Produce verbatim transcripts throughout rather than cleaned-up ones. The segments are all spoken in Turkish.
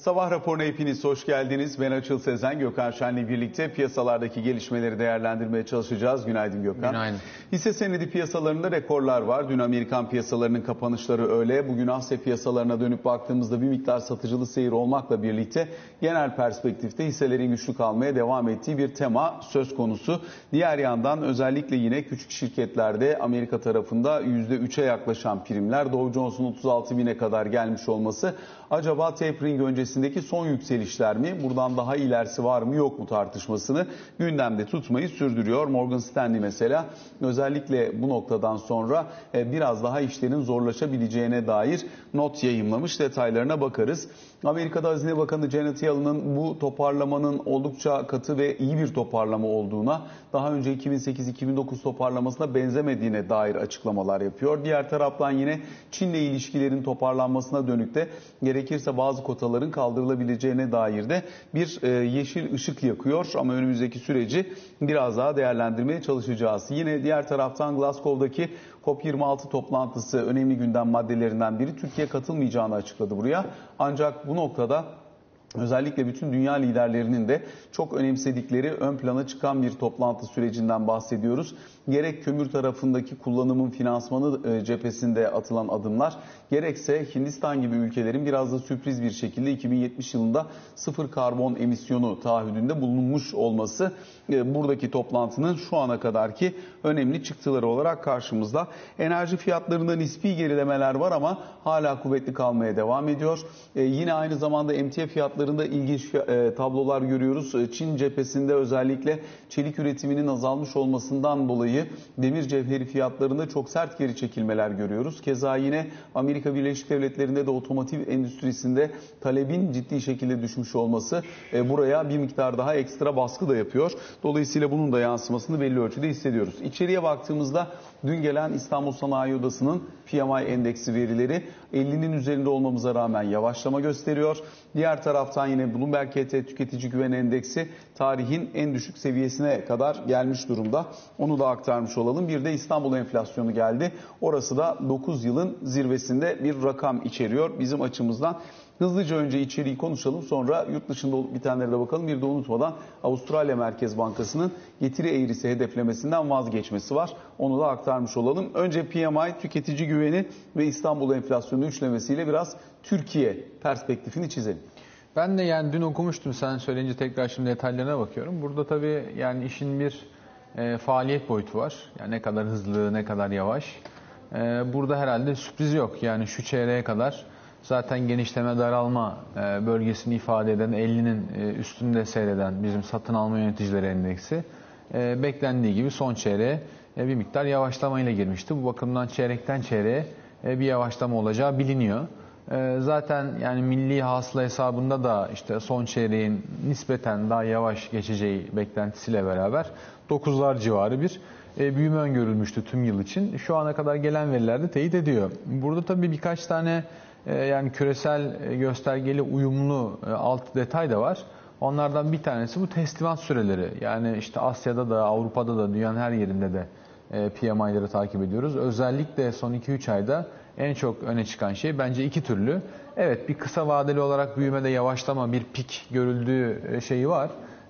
Sabah raporuna hepiniz hoş geldiniz. Ben Açıl Sezen, Gökhan Şen'le birlikte piyasalardaki gelişmeleri değerlendirmeye çalışacağız. Günaydın Gökhan. Günaydın. Hisse senedi piyasalarında rekorlar var. Dün Amerikan piyasalarının kapanışları öyle. Bugün Asya piyasalarına dönüp baktığımızda bir miktar satıcılı seyir olmakla birlikte genel perspektifte hisselerin güçlü kalmaya devam ettiği bir tema söz konusu. Diğer yandan özellikle yine küçük şirketlerde Amerika tarafında yüzde üçe yaklaşan primler, Dow Jones'un otuz altı bine kadar gelmiş olması, acaba tapering öncesindeki son yükselişler mi? Buradan daha ilerisi var mı yok mu tartışmasını gündemde tutmayı sürdürüyor. Morgan Stanley mesela özellikle bu noktadan sonra biraz daha işlerin zorlaşabileceğine dair not yayımlamış. Detaylarına bakarız. Amerika'da Hazine Bakanı Janet Yellen'ın bu toparlamanın oldukça katı ve iyi bir toparlama olduğuna, daha önce iki bin sekiz iki bin dokuz toparlamasına benzemediğine dair açıklamalar yapıyor. Diğer taraftan yine Çin'le ilişkilerin toparlanmasına dönük de gerekirse bazı kotaların kaldırılabileceğine dair de bir yeşil ışık yakıyor. Ama önümüzdeki süreci biraz daha değerlendirmeye çalışacağız. Yine diğer taraftan Glasgow'daki COP yirmi altı toplantısı önemli gündem maddelerinden biri. Türkiye katılmayacağını açıkladı buraya. Ancak bu noktada özellikle bütün dünya liderlerinin de çok önemsedikleri ön plana çıkan bir toplantı sürecinden bahsediyoruz. Gerek kömür tarafındaki kullanımın finansmanı cephesinde atılan adımlar, gerekse Hindistan gibi ülkelerin biraz da sürpriz bir şekilde iki bin yetmiş yılında sıfır karbon emisyonu taahhüdünde bulunmuş olması buradaki toplantının şu ana kadarki önemli çıktıları olarak karşımızda. Enerji fiyatlarında nispi gerilemeler var ama hala kuvvetli kalmaya devam ediyor. Yine aynı zamanda emtia fiyatlarında ilginç tablolar görüyoruz. Çin cephesinde özellikle çelik üretiminin azalmış olmasından dolayı demir cevheri fiyatlarında çok sert geri çekilmeler görüyoruz. Keza yine Amerika Birleşik Devletleri'nde de otomotiv endüstrisinde talebin ciddi şekilde düşmüş olması buraya bir miktar daha ekstra baskı da yapıyor. Dolayısıyla bunun da yansımasını belli ölçüde hissediyoruz. İçeriye baktığımızda dün gelen İstanbul Sanayi Odası'nın P M I endeksi verileri ellinin üzerinde olmamıza rağmen yavaşlama gösteriyor. Diğer taraftan yine Bloomberg K T Tüketici Güven Endeksi tarihin en düşük seviyesine kadar gelmiş durumda. Onu da aktarmış olalım. Bir de İstanbul enflasyonu geldi. Orası da dokuz yılın zirvesinde bir rakam içeriyor bizim açımızdan. Hızlıca önce içeriği konuşalım, sonra yurt dışında olup bitenlere de bakalım. Bir de unutmadan Avustralya Merkez Bankası'nın getiri eğrisi hedeflemesinden vazgeçmesi var. Onu da aktarmış olalım. Önce P M I, tüketici güveni ve İstanbul enflasyonu üçlemesiyle biraz Türkiye perspektifini çizelim. Ben de yani dün okumuştum, sen söyleyince tekrar şimdi detaylarına bakıyorum. Burada tabii yani işin bir e, faaliyet boyutu var. Yani ne kadar hızlı, ne kadar yavaş. E, burada herhalde sürpriz yok. Yani şu çeyreğe kadar zaten genişleme daralma bölgesini ifade eden ellinin üstünde seyreden bizim satın alma yöneticileri endeksi beklendiği gibi son çeyreğe bir miktar yavaşlamayla girmişti. Bu bakımdan çeyrekten çeyreğe bir yavaşlama olacağı biliniyor. Zaten yani milli hasıla hesabında da işte son çeyreğin nispeten daha yavaş geçeceği beklentisiyle beraber dokuzlar civarı bir büyüme öngörülmüştü tüm yıl için. Şu ana kadar gelen veriler de teyit ediyor. Burada tabii birkaç tane yani küresel göstergeli uyumlu alt detay da var. Onlardan bir tanesi bu teslimat süreleri. Yani işte Asya'da da, Avrupa'da da, dünyanın her yerinde de P M I'leri takip ediyoruz. Özellikle son iki üç ayda en çok öne çıkan şey bence iki türlü. Evet, bir kısa vadeli olarak büyümede yavaşlama, bir pik görüldüğü şeyi var.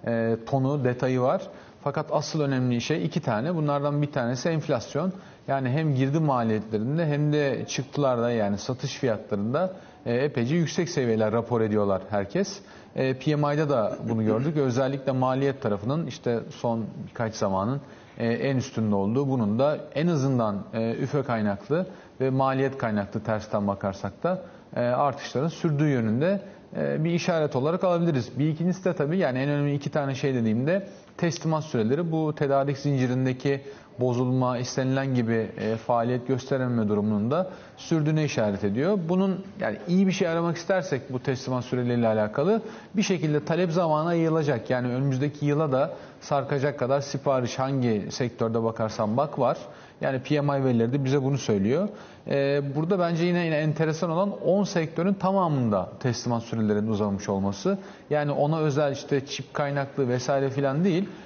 Tonu, detayı var. Fakat asıl önemli şey iki tane. Bunlardan bir tanesi enflasyon. Yani hem girdi maliyetlerinde hem de çıktılarda, yani satış fiyatlarında epeyce yüksek seviyeler rapor ediyorlar herkes. P M I'da da bunu gördük. Özellikle maliyet tarafının işte son birkaç zamanın en üstünde olduğu, bunun da en azından üfe kaynaklı ve maliyet kaynaklı tersten bakarsak da artışların sürdüğü yönünde bir işaret olarak alabiliriz. Bir ikincisi de tabii yani en önemli iki tane şey dediğimde teslimat süreleri. Bu tedarik zincirindeki bozulma, istenilen gibi e, faaliyet gösterememe durumunun da sürdüğüne işaret ediyor. Bunun yani iyi bir şey aramak istersek bu teslimat süreleriyle alakalı bir şekilde talep zamana yayılacak. Yani önümüzdeki yıla da sarkacak kadar sipariş hangi sektörde bakarsan bak var. Yani P M I verileri de bize bunu söylüyor. Ee, burada bence yine, yine enteresan olan on sektörün tamamında teslimat sürelerinin uzamış olması. Yani ona özel işte çip kaynaklı vesaire filan değil.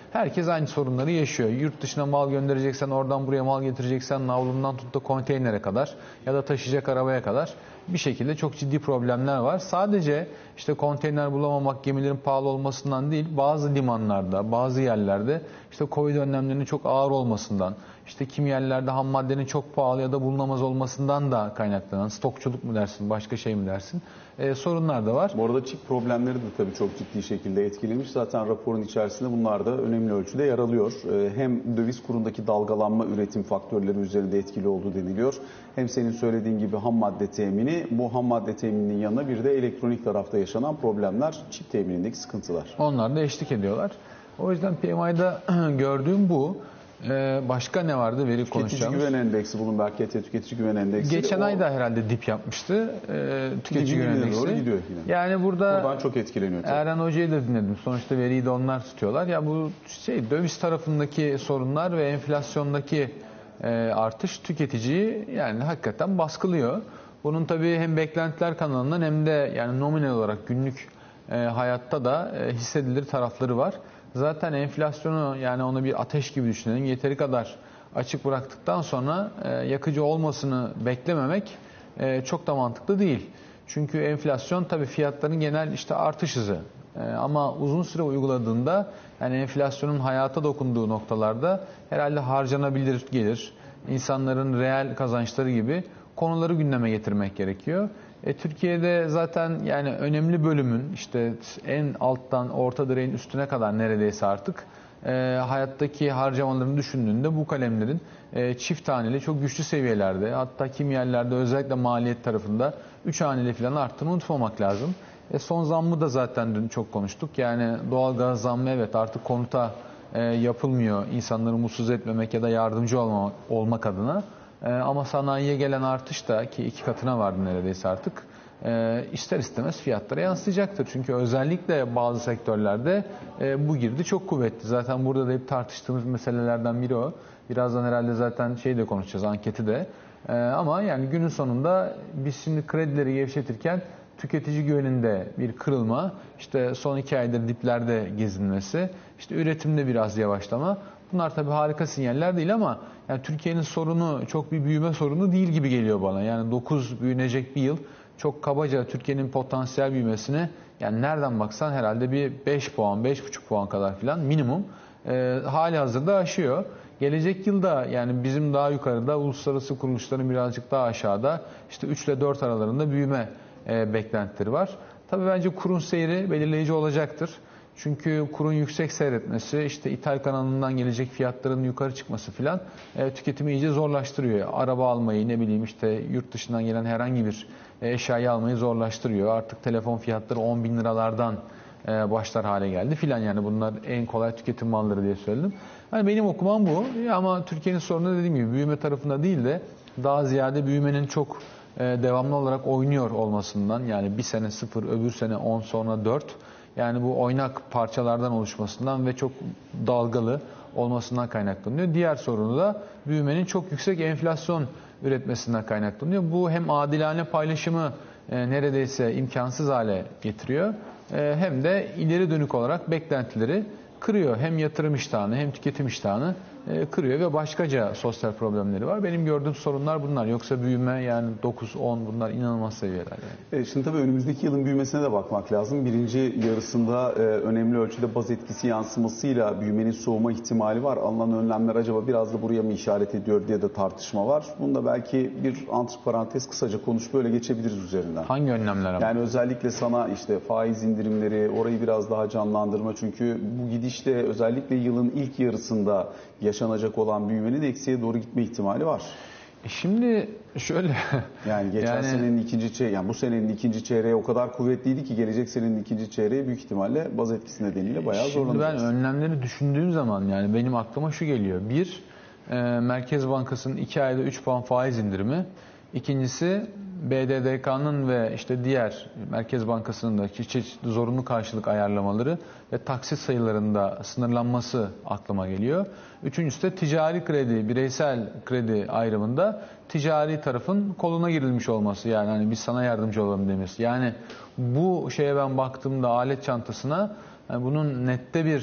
herkes aynı sorunları yaşıyor. Yurt dışına mal göndereceksen, oradan buraya mal getireceksen, navlundan tut da konteynere kadar ya da taşıyacak arabaya kadar bir şekilde çok ciddi problemler var. Sadece işte konteyner bulamamak, gemilerin pahalı olmasından değil, bazı limanlarda, bazı yerlerde işte Covid önlemlerinin çok ağır olmasından, işte kimi yerlerde ham maddenin çok pahalı ya da bulunamaz olmasından da kaynaklanan, stokçuluk mu dersin, başka şey mi dersin, e, sorunlar da var. Bu arada çip problemleri de tabii çok ciddi şekilde etkilemiş. Zaten raporun içerisinde bunlar da önemli ölçüde yer alıyor. E, hem döviz kurundaki dalgalanma üretim faktörleri üzerinde etkili olduğu deniliyor. Hem senin söylediğin gibi ham madde temini, bu ham madde temininin yanına bir de elektronik tarafta yaşanan problemler, çip teminindeki sıkıntılar. Onlar da eşlik ediyorlar. O yüzden P M I'da gördüğüm bu. Ee, başka ne vardı veri konuşacağımız? Tüketici güven endeksi, Bloomberg K T tüketici güven endeksi. Geçen o... ay da herhalde dip yapmıştı. Ee, tüketici güven endeksi. Doğru gidiyor yine. Yani burada Buradan çok etkileniyor. Tabii. Erhan Hoca'yı da dinledim. Sonuçta veriyi de onlar tutuyorlar. Ya bu şey döviz tarafındaki sorunlar ve enflasyondaki e, artış tüketiciyi yani hakikaten baskılıyor. Bunun tabii hem beklentiler kanalından hem de yani nominal olarak günlük e, hayatta da e, hissedilir tarafları var. Zaten enflasyonu yani onu bir ateş gibi düşünelim. Yeteri kadar açık bıraktıktan sonra e, yakıcı olmasını beklememek e, çok da mantıklı değil. Çünkü enflasyon tabii fiyatların genel işte artış hızı. E, ama uzun süre uyguladığında yani enflasyonun hayata dokunduğu noktalarda herhalde harcanabilir gelir, insanların reel kazançları gibi konuları gündeme getirmek gerekiyor. E, Türkiye'de zaten yani önemli bölümün işte en alttan orta direğin üstüne kadar neredeyse artık e, hayattaki harcamalarını düşündüğünde bu kalemlerin e, çift taneli çok güçlü seviyelerde, hatta kimi yerlerde özellikle maliyet tarafında üç haneli falan arttığını unutmamak lazım. E, son zammı da zaten dün çok konuştuk. Yani doğalgaz zammı evet artık konuta e, yapılmıyor insanları mutsuz etmemek ya da yardımcı olma, olmak adına. Ee, ama sanayiye gelen artış da ki iki katına vardı neredeyse artık e, ister istemez fiyatlara yansıyacaktır. Çünkü özellikle bazı sektörlerde e, bu girdi çok kuvvetli. Zaten burada da hep tartıştığımız meselelerden biri o. Birazdan herhalde zaten şey de konuşacağız, anketi de. E, ama yani günün sonunda biz şimdi kredileri gevşetirken tüketici güveninde bir kırılma, işte son iki aydır diplerde gezinmesi, işte üretimde biraz yavaşlama. Bunlar tabii harika sinyaller değil ama yani Türkiye'nin sorunu çok bir büyüme sorunu değil gibi geliyor bana. Yani dokuz büyünecek bir yıl çok kabaca Türkiye'nin potansiyel büyümesine yani nereden baksan herhalde bir beş puan, beş buçuk puan kadar filan minimum e, hali hazırda aşıyor. Gelecek yılda yani bizim daha yukarıda, uluslararası kuruluşların birazcık daha aşağıda işte üç ile dört aralarında büyüme e, beklentileri var. Tabii bence kurun seyri belirleyici olacaktır. Çünkü kurun yüksek seyretmesi, işte ithal kanalından gelecek fiyatların yukarı çıkması filan e, tüketimi iyice zorlaştırıyor. Araba almayı, ne bileyim işte yurt dışından gelen herhangi bir e, eşyayı almayı zorlaştırıyor. Artık telefon fiyatları on bin liralardan e, başlar hale geldi filan, yani bunlar en kolay tüketim malları diye söyledim. Yani benim okumam bu ama Türkiye'nin sorunu dediğim gibi büyüme tarafında değil de daha ziyade büyümenin çok e, devamlı olarak oynuyor olmasından, yani bir sene sıfır, öbür sene on, sonra dört. Yani bu oynak parçalardan oluşmasından ve çok dalgalı olmasından kaynaklanıyor. Diğer sorunu da büyümenin çok yüksek enflasyon üretmesinden kaynaklanıyor. Bu hem adilane paylaşımı e, neredeyse imkansız hale getiriyor, e, hem de ileri dönük olarak beklentileri kırıyor. Hem yatırım iştahını hem tüketim iştahını e, kırıyor ve başkaca sosyal problemleri var. Benim gördüğüm sorunlar bunlar. Yoksa büyüme yani dokuz on, bunlar inanılmaz seviyeler. Yani. E, şimdi tabii önümüzdeki yılın büyümesine de bakmak lazım. Birinci yarısında e, önemli ölçüde baz etkisi yansımasıyla büyümenin soğuma ihtimali var. Alınan önlemler acaba biraz da buraya mı işaret ediyor diye de tartışma var. Bunda belki bir antiparantez kısaca konuş, böyle geçebiliriz üzerinden. Hangi önlemler ama? Yani özellikle sana işte faiz indirimleri, orayı biraz daha canlandırma. Çünkü bu gidişle özellikle yılın ilk yarısında yaşanacak olan büyümenin eksiye doğru gitme ihtimali var. Şimdi şöyle yani geçen yani, senenin ikinci çeyreği, yani bu senenin ikinci çeyreği o kadar kuvvetliydi ki gelecek senenin ikinci çeyreği büyük ihtimalle baz etkisi nedeniyle bayağı zorlanacağız. Şimdi ben önlemleri düşündüğüm zaman yani benim aklıma şu geliyor. Bir, e, Merkez Bankası'nın iki ayda üç puan faiz indirimi. İkincisi B D D K'nın ve işte diğer Merkez Bankası'nın da çeşitli zorunlu karşılık ayarlamaları ve taksit sayılarında sınırlanması aklıma geliyor. Üçüncüsü de ticari kredi, bireysel kredi ayrımında ticari tarafın koluna girilmiş olması. Yani hani biz sana yardımcı olalım demesi. Yani bu şeye ben baktığımda alet çantasına yani bunun nette bir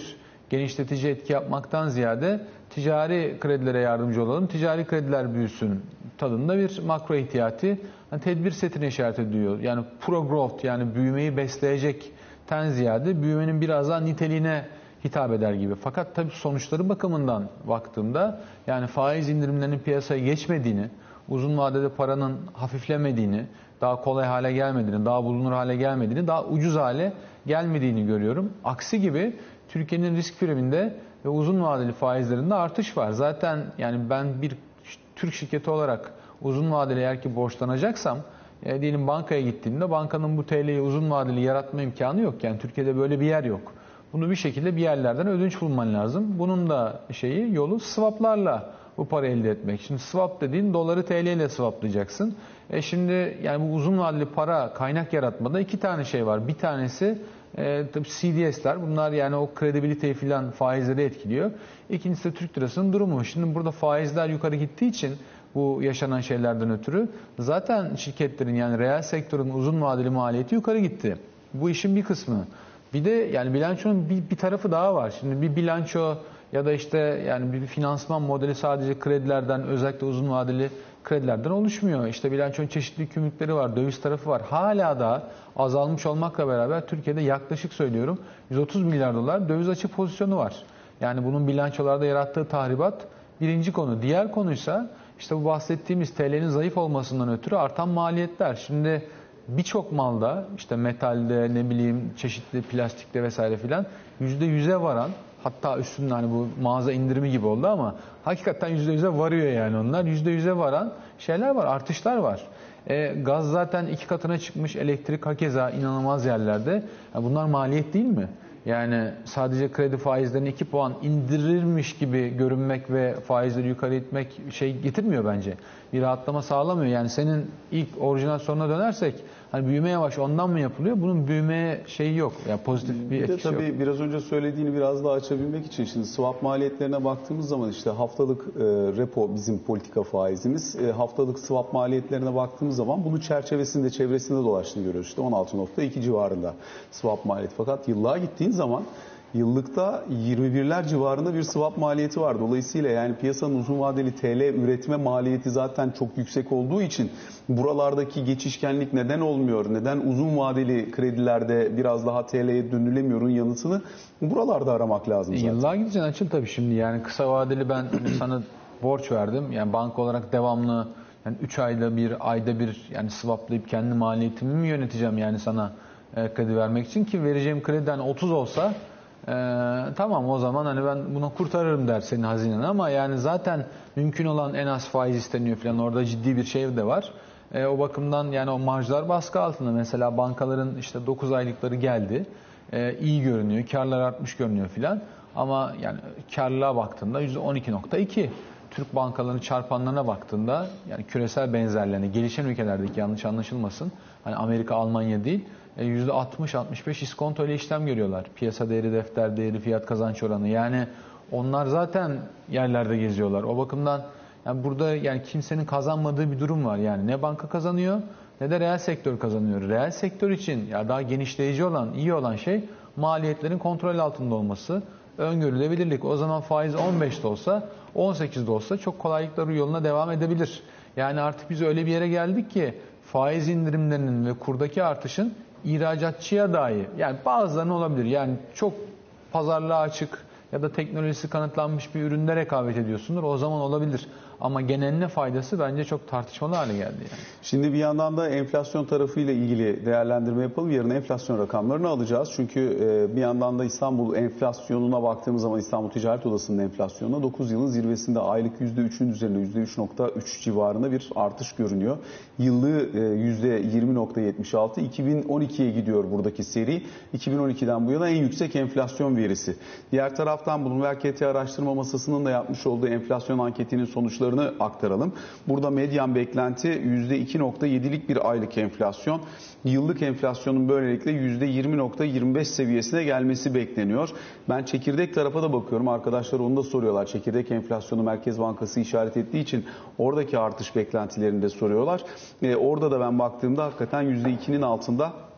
genişletici etki yapmaktan ziyade ticari kredilere yardımcı olalım, ticari krediler büyüsün tadında bir makro ihtiyati yani tedbir setine işaret ediyor. Yani pro growth, yani büyümeyi besleyecekten ziyade büyümenin biraz daha niteliğine hitap eder gibi. Fakat tabii sonuçları bakımından baktığımda yani faiz indirimlerinin piyasaya geçmediğini, uzun vadede paranın hafiflemediğini, daha kolay hale gelmediğini, daha bulunur hale gelmediğini, daha ucuz hale gelmediğini görüyorum. Aksi gibi Türkiye'nin risk priminde ve uzun vadeli faizlerinde artış var. Zaten yani ben bir Türk şirketi olarak uzun vadeli eğer ki borçlanacaksam, e, diyelim bankaya gittiğimde bankanın bu T L'yi uzun vadeli yaratma imkanı yok. Yani Türkiye'de böyle bir yer yok. Bunu bir şekilde bir yerlerden ödünç bulman lazım. Bunun da şeyi, yolu swaplarla bu parayı elde etmek. Şimdi swap dediğin doları T L ile swaplayacaksın. E şimdi yani bu uzun vadeli para kaynak yaratmada iki tane şey var. Bir tanesi e, tabii C D S'ler. Bunlar yani o kredibiliteyi filan, faizleri etkiliyor. İkincisi de Türk lirasının durumu. Şimdi burada faizler yukarı gittiği için bu yaşanan şeylerden ötürü zaten şirketlerin yani reel sektörün uzun vadeli maliyeti yukarı gitti. Bu işin bir kısmı. Bir de yani bilançonun bir, bir tarafı daha var. Şimdi bir bilanço ya da işte yani bir finansman modeli sadece kredilerden, özellikle uzun vadeli kredilerden oluşmuyor. İşte bilançonun çeşitli yükümlülükleri var, döviz tarafı var. Hala da azalmış olmakla beraber Türkiye'de yaklaşık söylüyorum yüz otuz milyar dolar döviz açık pozisyonu var. Yani bunun bilançolarda yarattığı tahribat birinci konu. Diğer konuysa işte bu bahsettiğimiz T L'nin zayıf olmasından ötürü artan maliyetler. Şimdi birçok malda işte metalde, ne bileyim çeşitli plastikte vesaire filan yüzde yüze varan, hatta üstünde hani bu mağaza indirimi gibi oldu ama hakikaten yüzde yüze varıyor yani onlar. Yüzde yüze varan şeyler var, artışlar var. E, gaz zaten iki katına çıkmış, elektrik hakeza inanılmaz yerlerde. Yani bunlar maliyet değil mi? Yani sadece kredi faizlerini iki puan indirirmiş gibi görünmek ve faizleri yukarı itmek şey getirmiyor bence. Bir rahatlama sağlamıyor. Yani senin ilk orijinal soruna dönersek hani büyüme yavaş ondan mı yapılıyor? Bunun büyümeye şeyi yok. Yani pozitif bir, bir etkisi yok. Bir de tabii biraz önce söylediğini biraz daha açabilmek için şimdi swap maliyetlerine baktığımız zaman işte haftalık e, repo bizim politika faizimiz. E, haftalık swap maliyetlerine baktığımız zaman bunun çerçevesinde, çevresinde dolaştığını görüyoruz. İşte on altı nokta iki civarında swap maliyeti. Fakat yıllığa gittiğin zaman yıllıkta yirmi birler civarında bir swap maliyeti var. Dolayısıyla yani piyasanın uzun vadeli T L üretme maliyeti zaten çok yüksek olduğu için buralardaki geçişkenlik neden olmuyor? Neden uzun vadeli kredilerde biraz daha T L'ye dönülemiyorun yanıtını buralarda aramak lazım zaten. E, yıllığa gideceksin Açıl tabii şimdi yani kısa vadeli ben sana borç verdim. Yani banka olarak devamlı yani üç ayda bir, ayda bir yani swaplayıp kendi maliyetimi mi yöneteceğim yani sana e, kredi vermek için ki vereceğim krediden otuz olsa Ee, tamam o zaman hani ben buna kurtarırım der senin hazineni ama yani zaten mümkün olan en az faiz isteniyor falan, orada ciddi bir şey de var. Ee, o bakımdan yani o marjlar baskı altında. Mesela bankaların işte dokuz aylıkları geldi, ee, iyi görünüyor, karlar artmış görünüyor filan ama yani karlılığa baktığında yüzde on iki nokta iki. Türk bankalarının çarpanlarına baktığında yani küresel benzerlerine, gelişen ülkelerdeki, yanlış anlaşılmasın, hani Amerika, Almanya değil, yüzde altmış altmış beş iskonto ile işlem görüyorlar. Piyasa değeri, defter değeri, fiyat kazanç oranı. Yani onlar zaten yerlerde geziyorlar. O bakımdan yani burada yani kimsenin kazanmadığı bir durum var. Yani ne banka kazanıyor ne de reel sektör kazanıyor. Reel sektör için ya daha genişleyici olan, iyi olan şey maliyetlerin kontrol altında olması, öngörülebilirlik. O zaman faiz on beşte olsa, on sekizde olsa çok kolaylıkla yoluna devam edebilir. Yani artık biz öyle bir yere geldik ki faiz indirimlerinin ve kurdaki artışın ihracatçıya dahi, yani bazılarının olabilir, yani çok pazarlığa açık ya da teknolojisi kanıtlanmış bir üründe rekabet ediyorsundur, o zaman olabilir. Ama geneline faydası bence çok tartışmalı hale geldi yani. Şimdi bir yandan da enflasyon tarafıyla ilgili değerlendirme yapalım. Yarın enflasyon rakamlarını alacağız. Çünkü bir yandan da İstanbul enflasyonuna baktığımız zaman İstanbul Ticaret Odası'nın enflasyonuna dokuz yılın zirvesinde aylık yüzde üçün üzerinde yüzde üç nokta üç civarında bir artış görünüyor. Yıllığı yüzde yirmi nokta yetmiş altı. iki bin on ikiye gidiyor buradaki seri. iki bin on ikiden bu yana en yüksek enflasyon verisi. Diğer taraftan Bloomberg K T Araştırma Masası'nın da yapmış olduğu enflasyon anketinin sonuçları aktaralım. Burada medyan beklenti yüzde iki nokta yedilik bir aylık enflasyon. Yıllık enflasyonun böylelikle yüzde yirmi nokta yirmi beş seviyesine gelmesi bekleniyor. Ben çekirdek tarafa da bakıyorum. Arkadaşlar onu da soruyorlar. Çekirdek enflasyonu Merkez Bankası işaret ettiği için oradaki artış beklentilerini de soruyorlar. Ee, orada da ben baktığımda hakikaten yüzde ikinin altında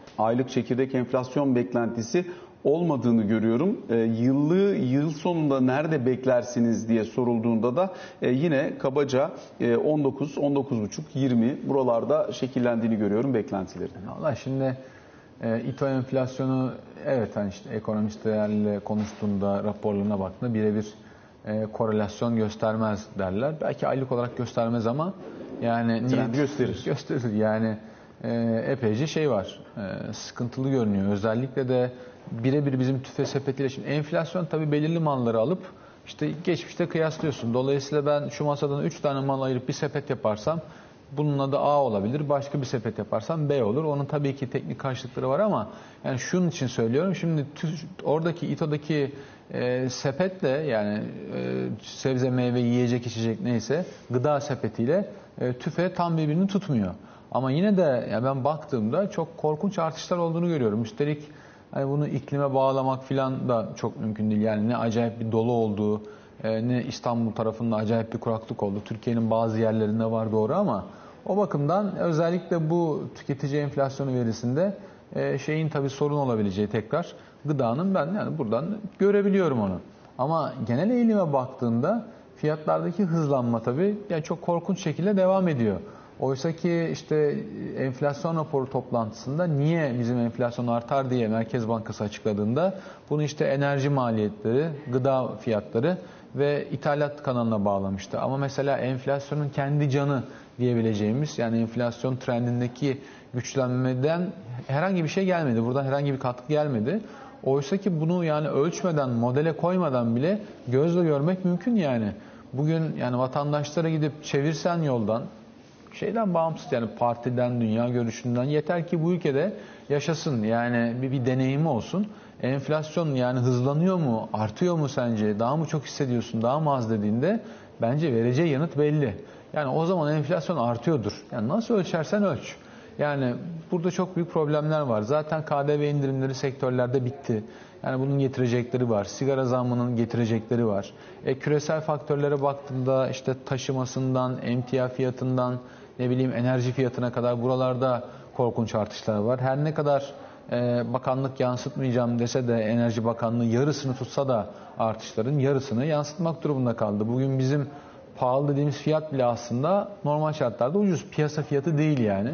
aylık çekirdek enflasyon beklentisi olmadığını görüyorum. E, yıllığı yıl sonunda nerede beklersiniz diye sorulduğunda da e, yine kabaca e, on dokuz, on dokuz buçuk, yirmi buralarda şekillendiğini görüyorum beklentilerin. Vallahi şimdi e, İTO enflasyonu evet hani işte ekonomistlerle konuştuğunda raporlarına baktığında birebir e, korelasyon göstermez derler. Belki aylık olarak göstermez ama yani trend gösterir. Gösterir yani e, epeyce şey var. E, sıkıntılı görünüyor. Özellikle de birebir bizim tüfe sepetiyle şimdi enflasyon tabii belirli malları alıp işte geçmişte kıyaslıyorsun. Dolayısıyla ben şu masadan üç tane mal ayırıp bir sepet yaparsam bunun adı A olabilir. Başka bir sepet yaparsam B olur. Onun tabii ki teknik karşılıkları var ama yani şunun için söylüyorum. Şimdi oradaki İTO'daki e, sepetle yani e, sebze, meyve, yiyecek, içecek neyse gıda sepetiyle e, tüfe tam birbirini tutmuyor. Ama yine de yani ben baktığımda çok korkunç artışlar olduğunu görüyorum. Üstelik hani bunu iklime bağlamak falan da çok mümkün değil. Yani ne acayip bir dolu olduğu, ne İstanbul tarafında acayip bir kuraklık oldu. Türkiye'nin bazı yerlerinde var doğru ama o bakımdan özellikle bu tüketici enflasyonu verisinde şeyin tabii sorun olabileceği tekrar gıdanın ben yani buradan görebiliyorum onu. Ama genel eğilime baktığında fiyatlardaki hızlanma tabii yani çok korkunç şekilde devam ediyor. Oysa ki işte enflasyon raporu toplantısında niye bizim enflasyon artar diye Merkez Bankası açıkladığında bunu işte enerji maliyetleri, gıda fiyatları ve ithalat kanalına bağlamıştı. Ama mesela enflasyonun kendi canı diyebileceğimiz yani enflasyon trendindeki güçlenmeden herhangi bir şey gelmedi. Buradan herhangi bir katkı gelmedi. Oysa ki bunu yani ölçmeden, modele koymadan bile gözle görmek mümkün yani. Bugün yani vatandaşlara gidip çevirsen yoldan şeyden bağımsız yani partiden, dünya görüşünden yeter ki bu ülkede yaşasın. Yani bir, bir deneyimi olsun. Enflasyon yani hızlanıyor mu, artıyor mu sence? Daha mı çok hissediyorsun, daha mı az dediğinde bence vereceği yanıt belli. Yani o zaman enflasyon artıyordur. Yani nasıl ölçersen ölç. Yani burada çok büyük problemler var. Zaten K D V indirimleri sektörlerde bitti. Yani bunun getirecekleri var. Sigara zammının getirecekleri var. E, küresel faktörlere baktığımda işte taşımasından, emtia fiyatından, ne bileyim enerji fiyatına kadar buralarda korkunç artışlar var. Her ne kadar e, bakanlık yansıtmayacağım dese de Enerji Bakanlığı yarısını tutsa da artışların yarısını yansıtmak durumunda kaldı. Bugün bizim pahalı dediğimiz fiyat bile aslında normal şartlarda ucuz. Piyasa fiyatı değil yani.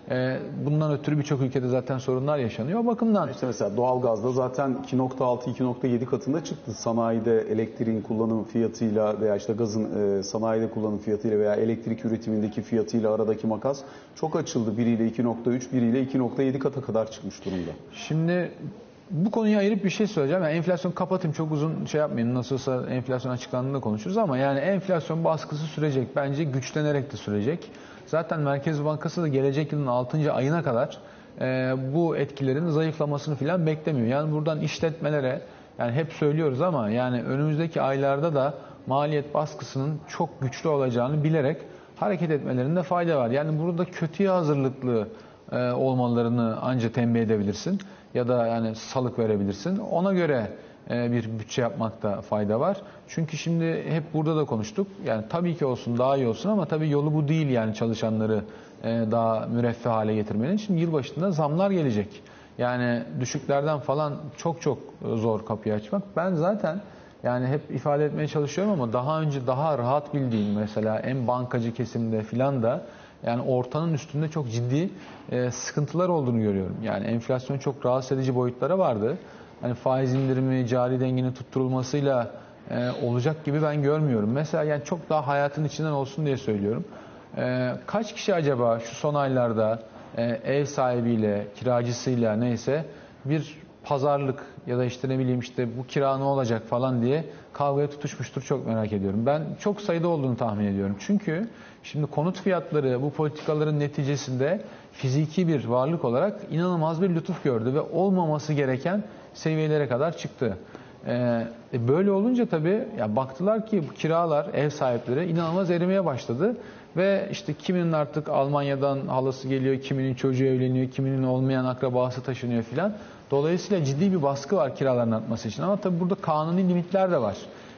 Bundan ötürü birçok ülkede zaten sorunlar yaşanıyor. O bakımdan İşte mesela doğalgazda zaten iki nokta altı iki nokta yedi katında çıktı. Sanayide elektriğin kullanım fiyatıyla veya işte gazın e, sanayide kullanım fiyatıyla veya elektrik üretimindeki fiyatıyla aradaki makas çok açıldı. Biriyle iki nokta üç, biriyle iki nokta yedi kata kadar çıkmış durumda. Şimdi bu konuyu ayırıp bir şey söyleyeceğim. Yani enflasyon kapatayım çok uzun şey yapmayın. Nasılsa enflasyon açıklandığında konuşuruz ama yani enflasyon baskısı sürecek. Bence güçlenerek de sürecek. Zaten Merkez Bankası da gelecek yılın altıncı ayına kadar e, bu etkilerin zayıflamasını falan beklemiyor. Yani buradan işletmelere yani hep söylüyoruz ama yani önümüzdeki aylarda da maliyet baskısının çok güçlü olacağını bilerek hareket etmelerinde fayda var. Yani burada kötüye hazırlıklı e, olmalarını anca tembih edebilirsin ya da yani salık verebilirsin. Ona göre bir bütçe yapmakta fayda var. Çünkü şimdi hep burada da konuştuk. Yani tabii ki olsun daha iyi olsun ama tabii yolu bu değil yani çalışanları daha müreffeh hale getirmenin. Şimdi yılbaşında zamlar gelecek. Yani düşüklerden falan çok çok zor kapıyı açmak. Ben zaten yani hep ifade etmeye çalışıyorum ama daha önce daha rahat bildiğim mesela en bankacı kesimde filan da yani ortanın üstünde çok ciddi sıkıntılar olduğunu görüyorum. Yani enflasyon çok rahatsız edici boyutlara vardı. Hani faiz indirimi, cari dengenin tutturulmasıyla e, olacak gibi ben görmüyorum. Mesela yani çok daha hayatın içinden olsun diye söylüyorum. E, kaç kişi acaba şu son aylarda e, ev sahibiyle, kiracısıyla neyse bir pazarlık ya da işte ne bileyim işte bu kira ne olacak falan diye kavgaya tutuşmuştur çok merak ediyorum. Ben çok sayıda olduğunu tahmin ediyorum. Çünkü şimdi konut fiyatları bu politikaların neticesinde fiziki bir varlık olarak inanılmaz bir lütuf gördü ve olmaması gereken seviyelere kadar çıktı. Ee, böyle olunca tabii ya baktılar ki bu kiralar ev sahipleri inanılmaz erimeye başladı ve işte kiminin artık Almanya'dan halası geliyor, kiminin çocuğu evleniyor, kiminin olmayan akrabası taşınıyor filan. Dolayısıyla ciddi bir baskı var kiraların artması için ama tabii burada kanuni limitler de var.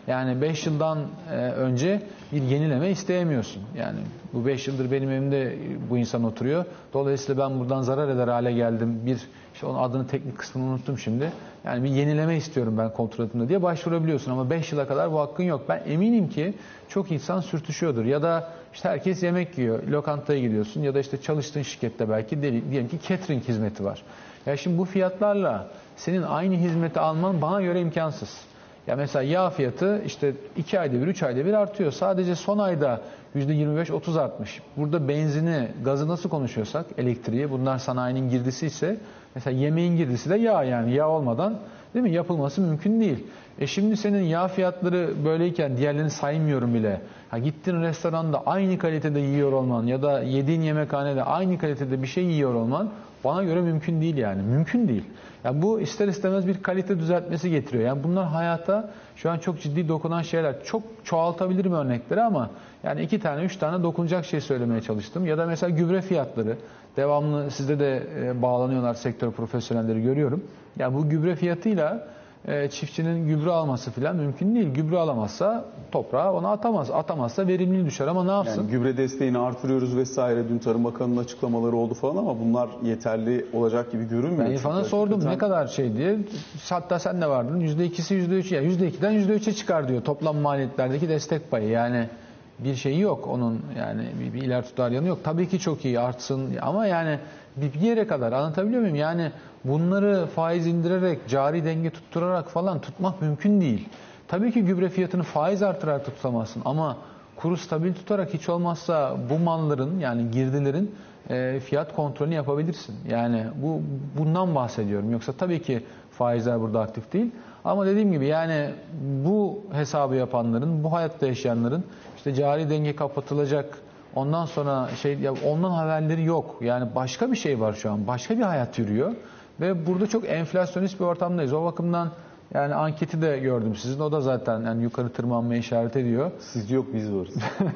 Yani beş yıldan önce bir yenileme isteyemiyorsun. Yani bu beş yıldır benim evimde bu insan oturuyor. Dolayısıyla ben buradan zarar eder hale geldim. Bir işte onun adını, teknik kısmını unuttum şimdi. Yani bir yenileme istiyorum ben kontratımda diye başvurabiliyorsun ama beş yıla kadar bu hakkın yok. Ben eminim ki çok insan sürtüşüyordur. Ya da işte herkes yemek yiyor. Lokantaya gidiyorsun ya da işte çalıştığın şirkette belki diyelim ki catering hizmeti var. Ya şimdi bu fiyatlarla senin aynı hizmeti alman bana göre imkansız. Ya mesela yağ fiyatı işte iki ayda bir, üç ayda bir artıyor. Sadece son ayda yüzde yirmi beş otuz artmış. Burada benzini, gazı nasıl konuşuyorsak, elektriği, bunlar sanayinin girdisi ise mesela yemeğin girdisi de yağ, yani yağ olmadan değil mi yapılması mümkün değil. E şimdi senin yağ fiyatları böyleyken diğerlerini saymıyorum bile. Ha, gittiğin restoranda aynı kalitede yiyor olman ya da yediğin yemekhanede aynı kalitede bir şey yiyor olman bana göre mümkün değil yani. Mümkün değil. Yani bu ister istemez bir kalite düzeltmesi getiriyor. Yani bunlar hayata şu an çok ciddi dokunan şeyler. Çok çoğaltabilirim örnekleri ama yani iki tane, üç tane dokunacak şey söylemeye çalıştım. Ya da mesela gübre fiyatları. Devamlı sizde de bağlanıyorlar, sektör profesyonelleri görüyorum. Yani bu gübre fiyatıyla çiftçinin gübre alması falan mümkün değil. Gübre alamazsa toprağa onu atamaz. Atamazsa verimliliği düşer ama ne yapsın? Yani gübre desteğini artırıyoruz vesaire. Dün Tarım Bakanı'nın açıklamaları oldu falan ama bunlar yeterli olacak gibi görünmüyor. Ben İrfan'a sordum hakikaten ne kadar şey diye. Hatta sen de vardın. yüzde ikisi yüzde üçü. Yani yüzde ikiden yüzde üçe çıkar diyor toplam maliyetlerdeki destek payı. Yani bir şeyi yok onun, yani bir, bir iler tutar yanı yok. Tabii ki çok iyi artsın ama yani bir yere kadar, anlatabiliyor muyum? Yani bunları faiz indirerek, cari denge tutturarak falan tutmak mümkün değil. Tabii ki gübre fiyatını faiz artırarak tutamazsın ama kuru stabil tutarak hiç olmazsa bu malların, yani girdilerin e, fiyat kontrolünü yapabilirsin. Yani bu bundan bahsediyorum. Yoksa tabii ki faizler burada aktif değil. Ama dediğim gibi yani bu hesabı yapanların, bu hayatta yaşayanların işte cari denge kapatılacak, ondan sonra şey, ya ondan haberleri yok. Yani başka bir şey var şu an. Başka bir hayat yürüyor. Ve burada çok enflasyonist bir ortamdayız. O bakımdan yani anketi de gördüm sizin. O da zaten yani yukarı tırmanmaya işaret ediyor. Siz yok, biz varız.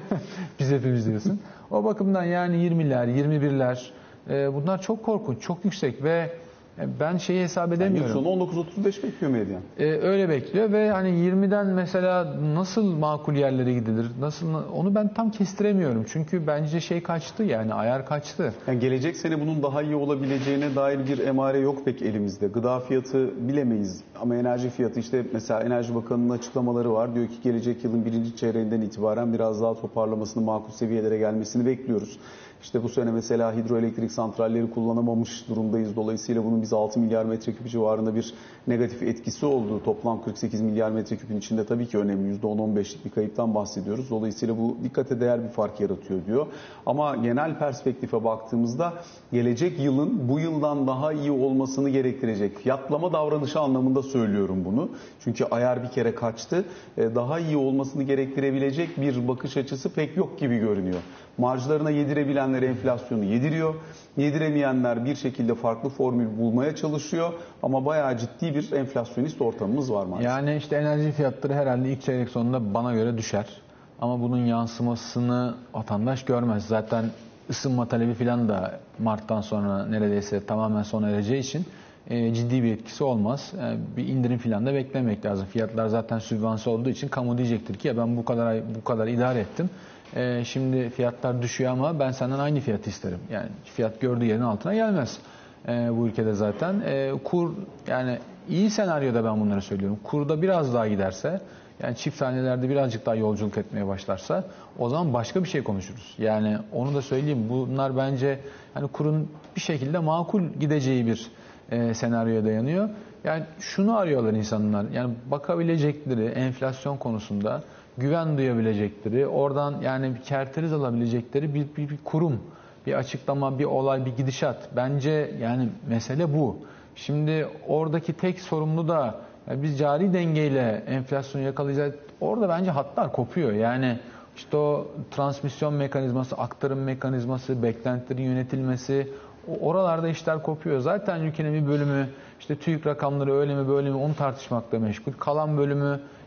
Biz hepimiz diyorsun. O bakımdan yani yirmiler, yirmi birler bunlar çok korkunç, çok yüksek ve ben şeyi hesap edemiyorum. Yani yıl sonu on dokuz otuz beş bekliyor medyan. Ee, öyle bekliyor ve hani yirmiden mesela nasıl makul yerlere gidilir? Nasıl, onu ben tam kestiremiyorum. Çünkü bence şey kaçtı, yani ayar kaçtı. Yani gelecek sene bunun daha iyi olabileceğine dair bir emare yok pek elimizde. Gıda fiyatı bilemeyiz ama enerji fiyatı, işte mesela Enerji Bakanı'nın açıklamaları var. Diyor ki gelecek yılın birinci çeyreğinden itibaren biraz daha toparlamasını, makul seviyelere gelmesini bekliyoruz. İşte bu sene mesela hidroelektrik santralleri kullanamamış durumdayız. Dolayısıyla bunun bize altı milyar metreküp civarında bir negatif etkisi oldu. Toplam kırk sekiz milyar metreküpün içinde tabii ki önemli. yüzde on on beşlik bir kayıptan bahsediyoruz. Dolayısıyla bu dikkate değer bir fark yaratıyor diyor. Ama genel perspektife baktığımızda gelecek yılın bu yıldan daha iyi olmasını gerektirecek. Fiyatlama davranışı anlamında söylüyorum bunu. Çünkü ayar bir kere kaçtı. Daha iyi olmasını gerektirebilecek bir bakış açısı pek yok gibi görünüyor. Marjlarına yedirebilenler enflasyonu yediriyor. Yediremeyenler bir şekilde farklı formül bulmaya çalışıyor. Ama bayağı ciddi bir enflasyonist ortamımız var maalesef. Yani işte enerji fiyatları herhalde ilk çeyrek sonunda bana göre düşer. Ama bunun yansımasını vatandaş görmez. Zaten ısınma talebi falan da Mart'tan sonra neredeyse tamamen sona ereceği için e, ciddi bir etkisi olmaz. E, bir indirim falan da beklemek lazım. Fiyatlar zaten sübvanse olduğu için kamu diyecektir ki ya ben bu kadar bu kadar idare ettim. Ee, şimdi fiyatlar düşüyor ama ben senden aynı fiyatı isterim. Yani fiyat gördüğü yerin altına gelmez ee, bu ülkede zaten. Ee, kur, yani iyi senaryoda ben bunları söylüyorum. Kurda biraz daha giderse, yani çift hanelerde birazcık daha yolculuk etmeye başlarsa o zaman başka bir şey konuşuruz. Yani onu da söyleyeyim. Bunlar bence hani kurun bir şekilde makul gideceği bir e, senaryoya dayanıyor. Yani şunu arıyorlar insanlar. Yani bakabilecekleri enflasyon konusunda güven duyabilecekleri, oradan yani bir kerteriz alabilecekleri bir, bir, bir kurum, bir açıklama, bir olay, bir gidişat. Bence yani mesele bu. Şimdi oradaki tek sorumlu da yani biz cari dengeyle enflasyonu yakalayacağız. Orada bence hatlar kopuyor. Yani işte o transmisyon mekanizması, aktarım mekanizması, beklentilerin yönetilmesi, oralarda işler kopuyor. Zaten ülkenin bir bölümü işte TÜİK rakamları öyle mi böyle mi onu tartışmakla meşgul. Kalan bölümü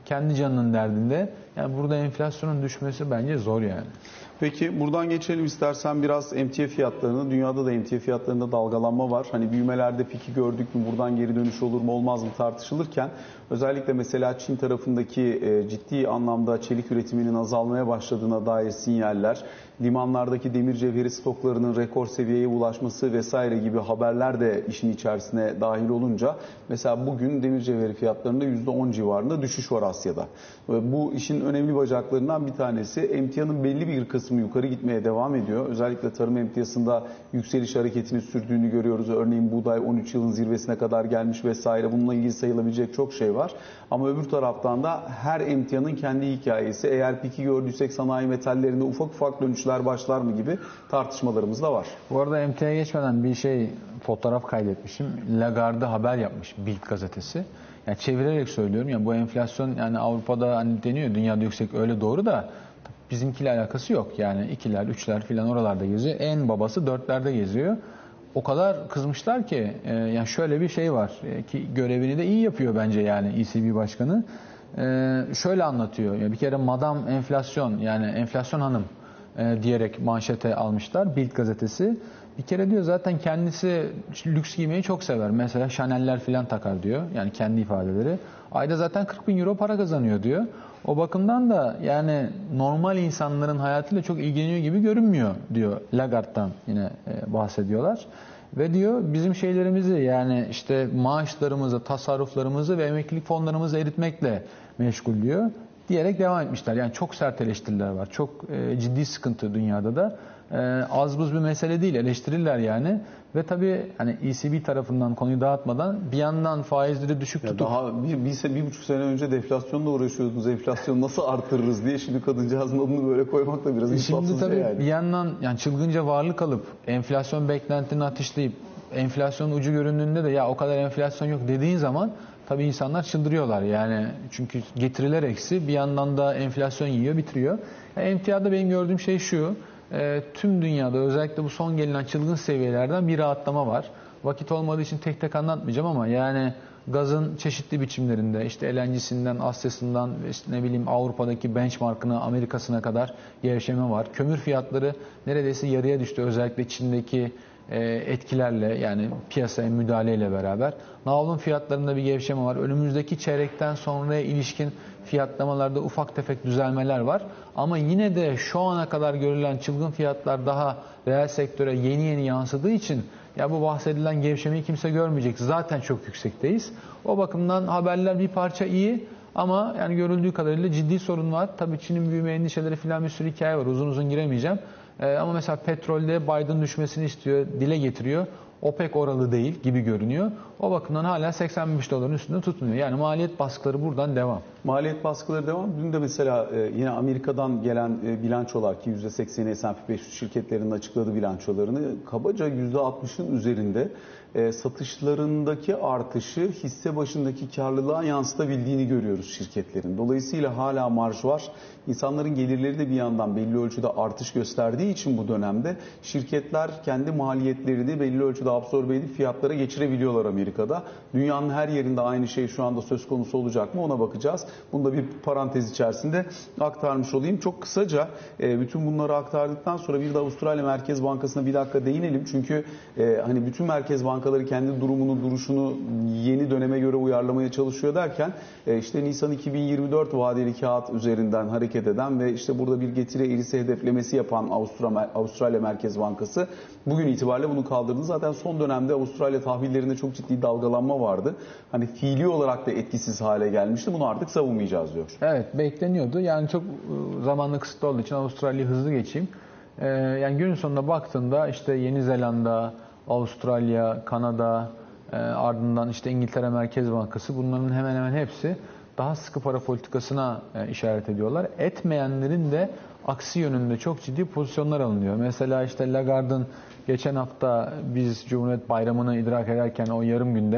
kendi canının derdinde. Yani burada enflasyonun düşmesi bence zor yani. Peki buradan geçelim istersen biraz emtia fiyatlarını. Dünyada da emtia fiyatlarında dalgalanma var. Hani büyümelerde piki gördük mü, buradan geri dönüş olur mu olmaz mı tartışılırken özellikle mesela Çin tarafındaki ciddi anlamda çelik üretiminin azalmaya başladığına dair sinyaller, limanlardaki demir cevheri stoklarının rekor seviyeye ulaşması vesaire gibi haberler de işin içerisine dahil olunca mesela bugün demir cevheri fiyatlarında yüzde on civarında düşüş var Asya'da. Bu işin önemli bacaklarından bir tanesi. Emtianın belli bir kısmı yukarı gitmeye devam ediyor. Özellikle tarım emtiasında yükseliş hareketini sürdüğünü görüyoruz. Örneğin buğday on üç yılın zirvesine kadar gelmiş vesaire. Bununla ilgili sayılabilecek çok şey var. Ama öbür taraftan da her emtianın kendi hikayesi. Eğer piki gördüysek sanayi metallerinde ufak ufak dönüşler başlar mı gibi tartışmalarımız da var. Bu arada emtiaya geçmeden bir şey fotoğraf kaydetmişim. Lagarde haber yapmış Bild gazetesi. Yani çevirerek söylüyorum ya, bu enflasyon yani Avrupa'da hani deniyor dünyada yüksek, öyle doğru da bizimkiyle alakası yok. Yani ikiler, üçler filan oralarda geziyor. En babası dörtlerde geziyor. O kadar kızmışlar ki e, yani şöyle bir şey var e, ki görevini de iyi yapıyor bence yani E C B başkanı. E, şöyle anlatıyor. Ya bir kere Madam Enflasyon, yani enflasyon hanım e, diyerek manşete almışlar Bild gazetesi. Bir kere diyor zaten kendisi lüks giymeyi çok sever. Mesela Chanel'ler filan takar diyor. Yani kendi ifadeleri. Ayda zaten kırk bin euro para kazanıyor diyor. O bakımdan da yani normal insanların hayatıyla çok ilgileniyor gibi görünmüyor diyor. Lagarde'dan yine bahsediyorlar. Ve diyor bizim şeylerimizi yani işte maaşlarımızı, tasarruflarımızı ve emeklilik fonlarımızı eritmekle meşgul diyor. Diyerek devam etmişler. Yani çok sert eleştiriler var. Çok e, ciddi sıkıntı dünyada da. E, az buz bir mesele değil. Eleştirirler yani. Ve tabii hani E C B tarafından konuyu dağıtmadan bir yandan faizleri düşük tutup... Daha bir, bir, bir buçuk sene önce deflasyonla uğraşıyordunuz. Enflasyonu nasıl artırırız diye şimdi kadıncağızın adını böyle koymak da biraz insafsızca Şimdi tabii yani. Bir yandan yani çılgınca varlık alıp enflasyon beklentini ateşleyip enflasyon ucu göründüğünde de ya o kadar enflasyon yok dediğin zaman tabii insanlar çıldırıyorlar yani, çünkü getiriler eksi, bir yandan da enflasyon yiyor bitiriyor. Yani emtiyada benim gördüğüm şey şu, e, tüm dünyada özellikle bu son gelinen çılgın seviyelerden bir rahatlama var. Vakit olmadığı için tek tek anlatmayacağım ama yani gazın çeşitli biçimlerinde işte L N G'sinden, Asya'sından işte ne bileyim Avrupa'daki benchmark'ına, Amerika'sına kadar gevşeme var. Kömür fiyatları neredeyse yarıya düştü, özellikle Çin'deki etkilerle yani piyasaya müdahaleyle beraber. Navlun fiyatlarında bir gevşeme var. Önümüzdeki çeyrekten sonraya ilişkin fiyatlamalarda ufak tefek düzelmeler var. Ama yine de şu ana kadar görülen çılgın fiyatlar daha reel sektöre yeni yeni yansıdığı için ya bu bahsedilen gevşemeyi kimse görmeyecek. Zaten çok yüksekteyiz. O bakımdan haberler bir parça iyi ama yani görüldüğü kadarıyla ciddi sorun var. Tabii Çin'in büyüme endişeleri filan bir sürü hikaye var. Uzun uzun giremeyeceğim. Ee, ama mesela petrolde Biden düşmesini istiyor, dile getiriyor. O pek oralı değil gibi görünüyor. O bakımdan hala seksen beş doların üstünde tutmuyor. Yani maliyet baskıları buradan devam. Maliyet baskıları devam. Dün de mesela yine Amerika'dan gelen bilançolar ki yüzde sekseni S and P beş yüz şirketlerinin açıkladığı bilançolarını kabaca yüzde altmışın üzerinde satışlarındaki artışı hisse başındaki karlılığa yansıtabildiğini görüyoruz şirketlerin. Dolayısıyla hala marj var. İnsanların gelirleri de bir yandan belli ölçüde artış gösterdiği için bu dönemde şirketler kendi maliyetlerini belli ölçüde absorbe edip fiyatlara geçirebiliyorlar Amerika'da. Dünyanın her yerinde aynı şey şu anda söz konusu olacak mı ona bakacağız. Bunu da bir parantez içerisinde aktarmış olayım. Çok kısaca bütün bunları aktardıktan sonra bir de Avustralya Merkez Bankası'na bir dakika değinelim. Çünkü hani bütün merkez bankaları kendi durumunu, duruşunu yeni döneme göre uyarlamaya çalışıyor derken işte Nisan iki bin yirmi dört vadeli kağıt üzerinden hareket eden ve işte burada bir getiri eğrisi hedeflemesi yapan Avustralya Merkez Bankası bugün itibariyle bunu kaldırdı. Zaten son dönemde Avustralya tahvillerinde çok ciddi dalgalanma vardı. Hani fiili olarak da etkisiz hale gelmişti. Bunu artık savunmayacağız diyor. Evet, bekleniyordu. Yani çok zamanla kısıtlı olduğu için Avustralya'yı hızlı geçeyim. Ee, yani günün sonunda baktığında işte Yeni Zelanda, Avustralya, Kanada, e, ardından işte İngiltere Merkez Bankası, bunların hemen hemen hepsi daha sıkı para politikasına e, işaret ediyorlar. Etmeyenlerin de aksi yönünde çok ciddi pozisyonlar alınıyor. Mesela işte Lagarde'ın geçen hafta biz Cumhuriyet Bayramı'nı idrak ederken o yarım günde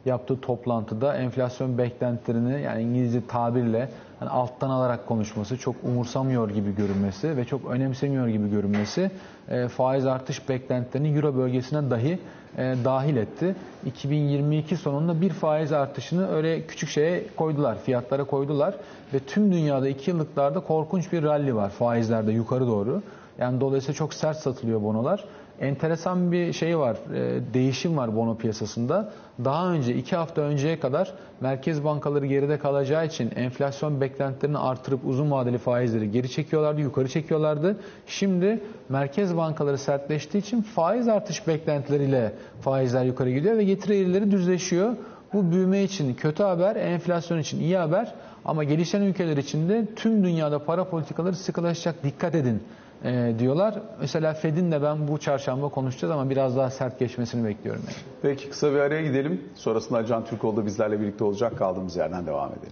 yaptığı toplantıda enflasyon beklentilerini, yani İngilizce tabirle hani alttan alarak konuşması, çok umursamıyor gibi görünmesi ve çok önemsemiyor gibi görünmesi e, faiz artış beklentilerini Euro bölgesine dahi e, dahil etti. iki bin yirmi iki sonunda bir faiz artışını öyle küçük şeye koydular, fiyatlara koydular ve tüm dünyada iki yıllıklarda korkunç bir rally var faizlerde yukarı doğru. Yani dolayısıyla çok sert satılıyor bonolar. Enteresan bir şey var, e, değişim var bono piyasasında. Daha önce, iki hafta önceye kadar merkez bankaları geride kalacağı için enflasyon beklentilerini artırıp uzun vadeli faizleri geri çekiyorlardı, yukarı çekiyorlardı. Şimdi merkez bankaları sertleştiği için faiz artış beklentileriyle faizler yukarı gidiyor ve getiri eğrileri düzleşiyor. Bu büyüme için kötü haber, enflasyon için iyi haber ama gelişen ülkeler için de tüm dünyada para politikaları sıkılaşacak, dikkat edin E, diyorlar. Mesela Fed'in de ben bu çarşamba konuşacağız ama biraz daha sert geçmesini bekliyorum. Yani. Peki kısa bir araya gidelim. Sonrasında Can Türkoğlu da bizlerle birlikte olacak. Kaldığımız yerden devam edelim.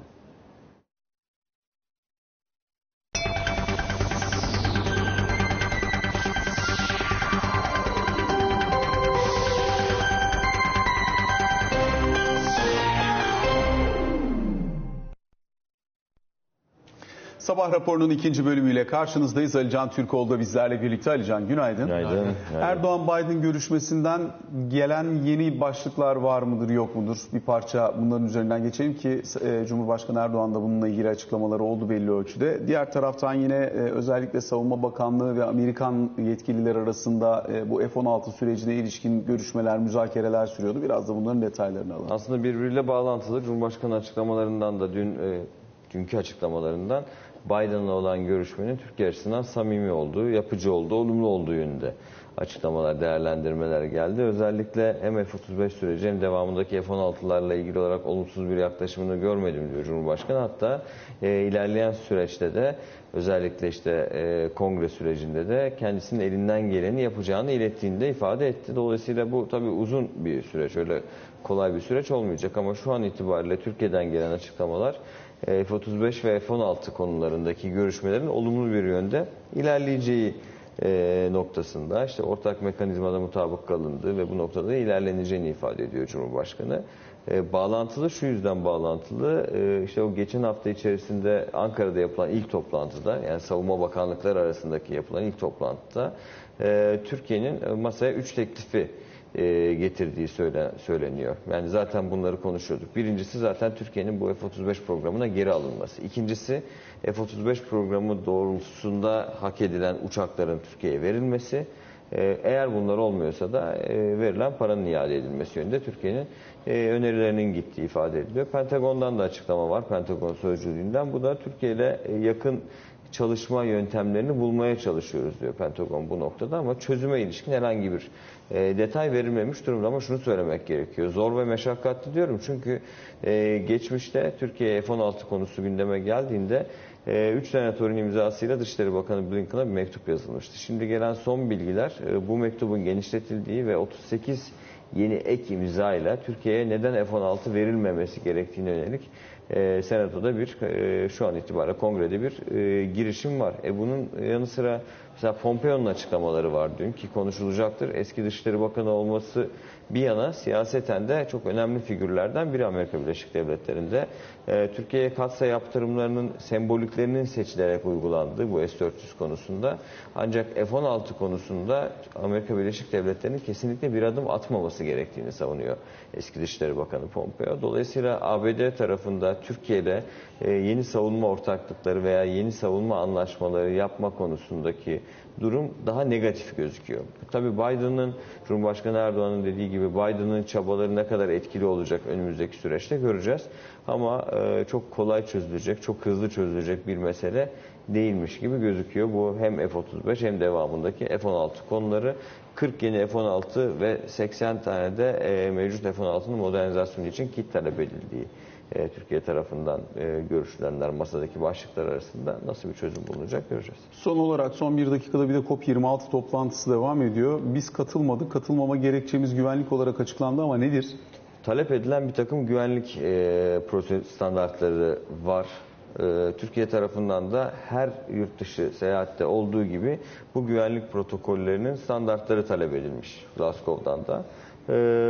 Sabah raporunun ikinci bölümüyle karşınızdayız. Ali Can Türkoğlu da bizlerle birlikte. Ali Can, günaydın. Günaydın. Günaydın. Erdoğan-Biden görüşmesinden gelen yeni başlıklar var mıdır, yok mudur? Bir parça bunların üzerinden geçelim ki Cumhurbaşkanı Erdoğan da bununla ilgili açıklamaları oldu belli ölçüde. Diğer taraftan yine özellikle Savunma Bakanlığı ve Amerikan yetkililer arasında bu F on altı sürecine ilişkin görüşmeler, müzakereler sürüyordu. Biraz da bunların detaylarını alalım. Aslında birbiriyle bağlantılı. Cumhurbaşkanı açıklamalarından da dün dünkü açıklamalarından Biden'la olan görüşmenin Türkiye açısından samimi olduğu, yapıcı olduğu, olumlu olduğu yönünde açıklamalar, değerlendirmeler geldi. Özellikle hem F otuz beş süreci hem devamındaki F on altılarla ilgili olarak olumsuz bir yaklaşımını görmedim diyor Cumhurbaşkanı. Hatta e, ilerleyen süreçte de özellikle işte e, kongre sürecinde de kendisinin elinden geleni yapacağını ilettiğini de ifade etti. Dolayısıyla bu tabii uzun bir süreç, öyle kolay bir süreç olmayacak ama şu an itibariyle Türkiye'den gelen açıklamalar F otuz beş ve F on altı konularındaki görüşmelerin olumlu bir yönde ilerleyeceği e, noktasında, işte ortak mekanizmada mutabık kalındı ve bu noktada ilerleneceğini ifade ediyor Cumhurbaşkanı. E, bağlantılı, şu yüzden bağlantılı, e, işte o geçen hafta içerisinde Ankara'da yapılan ilk toplantıda, yani savunma bakanlıkları arasındaki yapılan ilk toplantıda e, Türkiye'nin masaya üç teklifi getirdiği söyleniyor. Yani zaten bunları konuşuyorduk. Birincisi zaten Türkiye'nin bu F otuz beş programına geri alınması. İkincisi F otuz beş programı doğrultusunda hak edilen uçakların Türkiye'ye verilmesi. Eğer bunlar olmuyorsa da verilen paranın iade edilmesi yönünde Türkiye'nin önerilerinin gittiği ifade ediliyor. Pentagon'dan da açıklama var. Pentagon sözcülüğünden. Bu da Türkiye ile yakın çalışma yöntemlerini bulmaya çalışıyoruz diyor Pentagon bu noktada ama çözüme ilişkin herhangi bir e, detay verilmemiş durumda ama şunu söylemek gerekiyor. Zor ve meşakkatli diyorum çünkü e, geçmişte Türkiye F on altı konusu gündeme geldiğinde üç senatörün imzasıyla Dışişleri Bakanı Blinken'a bir mektup yazılmıştı. Şimdi gelen son bilgiler e, bu mektubun genişletildiği ve otuz sekiz yeni ek imza ile Türkiye'ye neden F on altı verilmemesi gerektiğine yönelik e, Senato'da bir e, şu an itibariyle kongrede bir e, girişim var. E, bunun yanı sıra mesela Pompeo'nun açıklamaları var dün ki konuşulacaktır. Eski Dışişleri Bakanı olması bir yana siyaseten de çok önemli figürlerden biri Amerika Birleşik Devletleri'nde. E, Türkiye'ye katsayı yaptırımlarının semboliklerinin seçilerek uygulandığı bu S dört yüz konusunda ancak F on altı konusunda Amerika Birleşik Devletleri'nin kesinlikle bir adım atmaması gerektiğini savunuyor eski Dışişleri Bakanı Pompeo. Dolayısıyla A B D tarafında Türkiye'de e, yeni savunma ortaklıkları veya yeni savunma anlaşmaları yapma konusundaki durum daha negatif gözüküyor. Tabii Biden'ın, Cumhurbaşkanı Erdoğan'ın dediği gibi Biden'ın çabaları ne kadar etkili olacak önümüzdeki süreçte göreceğiz. Ama e, çok kolay çözülecek, çok hızlı çözülecek bir mesele değilmiş gibi gözüküyor. Bu hem F otuz beş hem devamındaki F on altı konuları. kırk yeni F on altı ve seksen tane de e, mevcut F on altının modernizasyonu için kit talep edildiği e, Türkiye tarafından e, görüşülenler masadaki başlıklar arasında nasıl bir çözüm bulunacak göreceğiz. Son olarak son bir dakikada bir de COP yirmi altı toplantısı devam ediyor. Biz katılmadık. Katılmama gerekçemiz güvenlik olarak açıklandı ama nedir? Talep edilen bir takım güvenlik e, prosedür standartları var. E, Türkiye tarafından da her yurt dışı seyahatte olduğu gibi bu güvenlik protokollerinin standartları talep edilmiş Glasgow'dan da. E,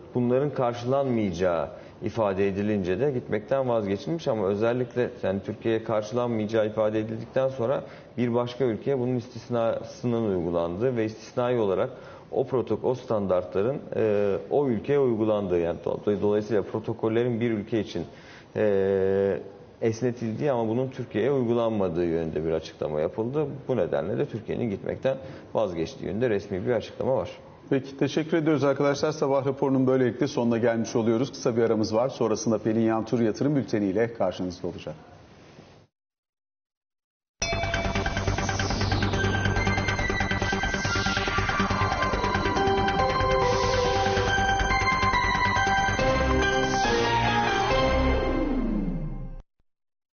bunların karşılanmayacağı ifade edilince de gitmekten vazgeçilmiş, ama özellikle yani Türkiye'ye karşılanmayacağı ifade edildikten sonra bir başka ülkeye bunun istisnasının uygulandığı ve istisnai olarak o protokol, o standartların e, o ülkeye uygulandığı, yani dolayısıyla protokollerin bir ülke için e, esnetildiği ama bunun Türkiye'ye uygulanmadığı yönünde bir açıklama yapıldı. Bu nedenle de Türkiye'nin gitmekten vazgeçtiği yönünde resmi bir açıklama var. Peki, teşekkür ediyoruz arkadaşlar. Sabah raporunun böylelikle sonuna gelmiş oluyoruz. Kısa bir aramız var. Sonrasında Pelin Yantur Yatırım Bülteni ile karşınızda olacak.